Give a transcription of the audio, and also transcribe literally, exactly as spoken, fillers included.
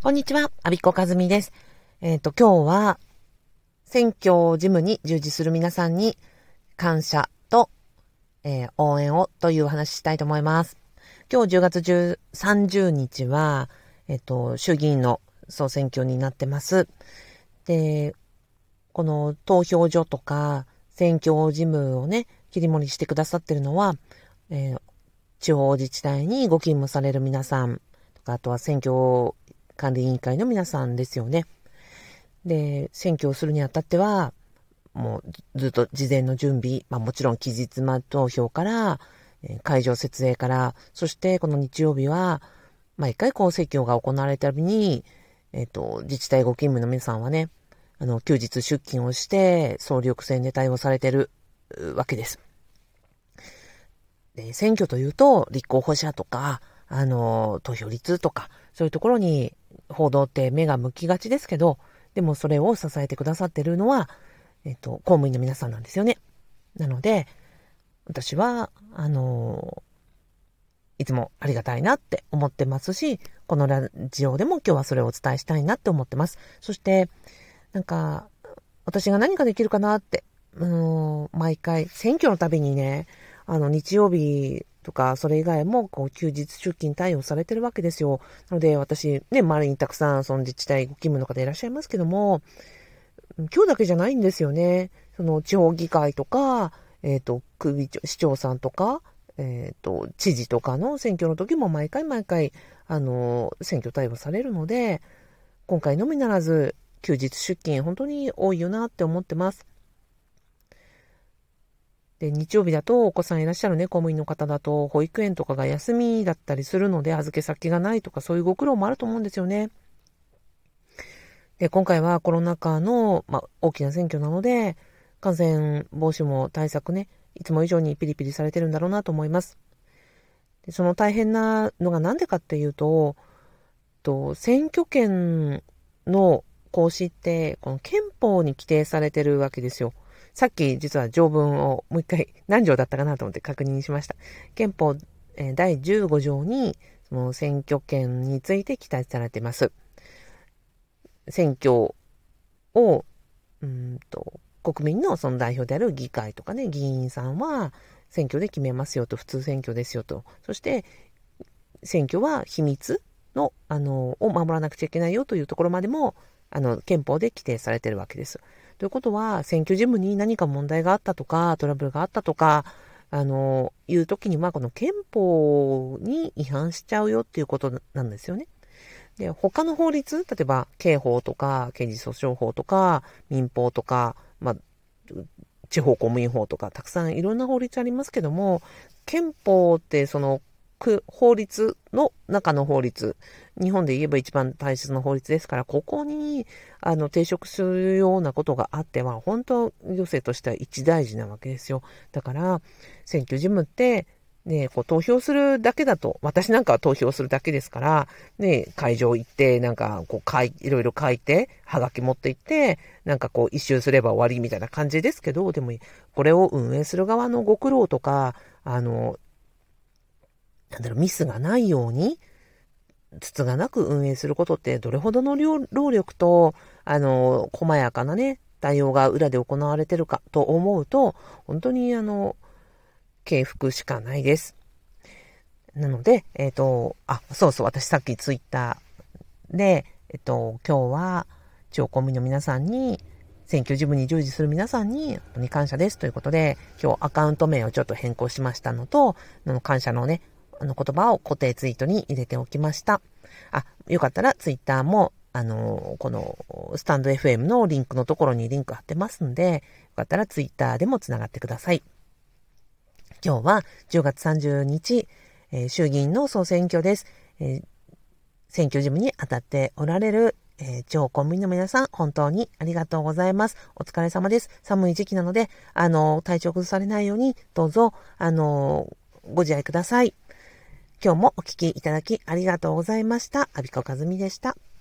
こんにちは、阿比子和美です。えっと、今日は、選挙事務に従事する皆さんに感謝と、えー、応援をというお話ししたいと思います。今日じゅうがつさんじゅうにちは、えっと、衆議院の総選挙になってます。で、この投票所とか選挙事務をね、切り盛りしてくださってるのは、えー、地方自治体にご勤務される皆さんとか、あとは選挙管理委員会の皆さんですよね。で、選挙をするにあたっては、もうずっと事前の準備、まあもちろん期日前投票から、えー、会場設営から、そしてこの日曜日は、毎回こう選挙が行われるたびに、えっと、自治体ご勤務の皆さんはね、あの、休日出勤をして、総力戦で対応されているわけです。で、選挙というと、立候補者とか、あの、投票率とか、そういうところに報道って目が向きがちですけど、でもそれを支えてくださっているのは、えっと、公務員の皆さんなんですよね。なので、私は、あの、いつもありがたいなって思ってますし、このラジオでも今日はそれをお伝えしたいなって思ってます。そして、なんか、私が何かできるかなって、あの、毎回、選挙のたびにね、あの、日曜日とか、それ以外も、こう、休日出勤対応されてるわけですよ。なので、私、ね、周りにたくさん、その自治体ご勤務の方いらっしゃいますけども、今日だけじゃないんですよね。その、地方議会とか、えっと、首長、市長さんとか、えっと、知事とかの選挙の時も毎回毎回、あの、選挙対応されるので、今回のみならず、休日出勤、本当に多いよなって思ってます。で、日曜日だとお子さんいらっしゃるね、公務員の方だと、保育園とかが休みだったりするので、預け先がないとか、そういうご苦労もあると思うんですよね。で、今回はコロナ禍の、まあ、大きな選挙なので、感染防止も対策ね、いつも以上にピリピリされてるんだろうなと思います。で、その大変なのがなんでかっていうと、と選挙権の行使って、この憲法に規定されてるわけですよ。さっき実は条文をもう一回何条だったかなと思って確認しました。憲法、えー、だいじゅうごじょうにその選挙権について記載されています。選挙をうんと国民のその代表である議会とかね、議員さんは選挙で決めますよと、普通選挙ですよと。そして選挙は秘密の、あの、を守らなくちゃいけないよというところまでも、あの、憲法で規定されているわけです。ということは、選挙事務に何か問題があったとか、トラブルがあったとか、あの、いう時には、この憲法に違反しちゃうよっていうことなんですよね。で、他の法律、例えば、刑法とか、刑事訴訟法とか、民法とか、まあ、地方公務員法とか、たくさんいろんな法律ありますけども、憲法ってその、法律の中の法律、日本で言えば一番大切な法律ですから、ここにあの抵触するようなことがあっては、本当行政としては一大事なわけですよ。だから選挙事務ってね、こう投票するだけだと、私なんかは投票するだけですから、ね、会場行って、なんかこう書い、いろいろ書いて、はがき持って行って、なんかこう一周すれば終わりみたいな感じですけど、でもこれを運営する側のご苦労とか、あの、なんだろう、ミスがないように、つつがなく運営することってどれほどの労力と、あの、細やかなね、対応が裏で行われてるかと思うと、本当にあの、敬服しかないです。なので、えっと、あ、そうそう、私さっきツイッターで、えっと、今日は、地方公務員の皆さんに、選挙事務に従事する皆さんに、本当に感謝ですということで、今日アカウント名をちょっと変更しましたのと、感謝のね、あの言葉を固定ツイートに入れておきました。あ、よかったらツイッターも、あの、このスタンド エフエム のリンクのところにリンク貼ってますんで、よかったらツイッターでもつながってください。今日はじゅうがつさんじゅうにち、えー、衆議院の総選挙です。えー、選挙事務に当たっておられる、えー、地方公務員の皆さん、本当にありがとうございます。お疲れ様です。寒い時期なので、あの、体調崩されないように、どうぞ、あの、ご自愛ください。今日もお聞きいただきありがとうございました。阿比子和美でした。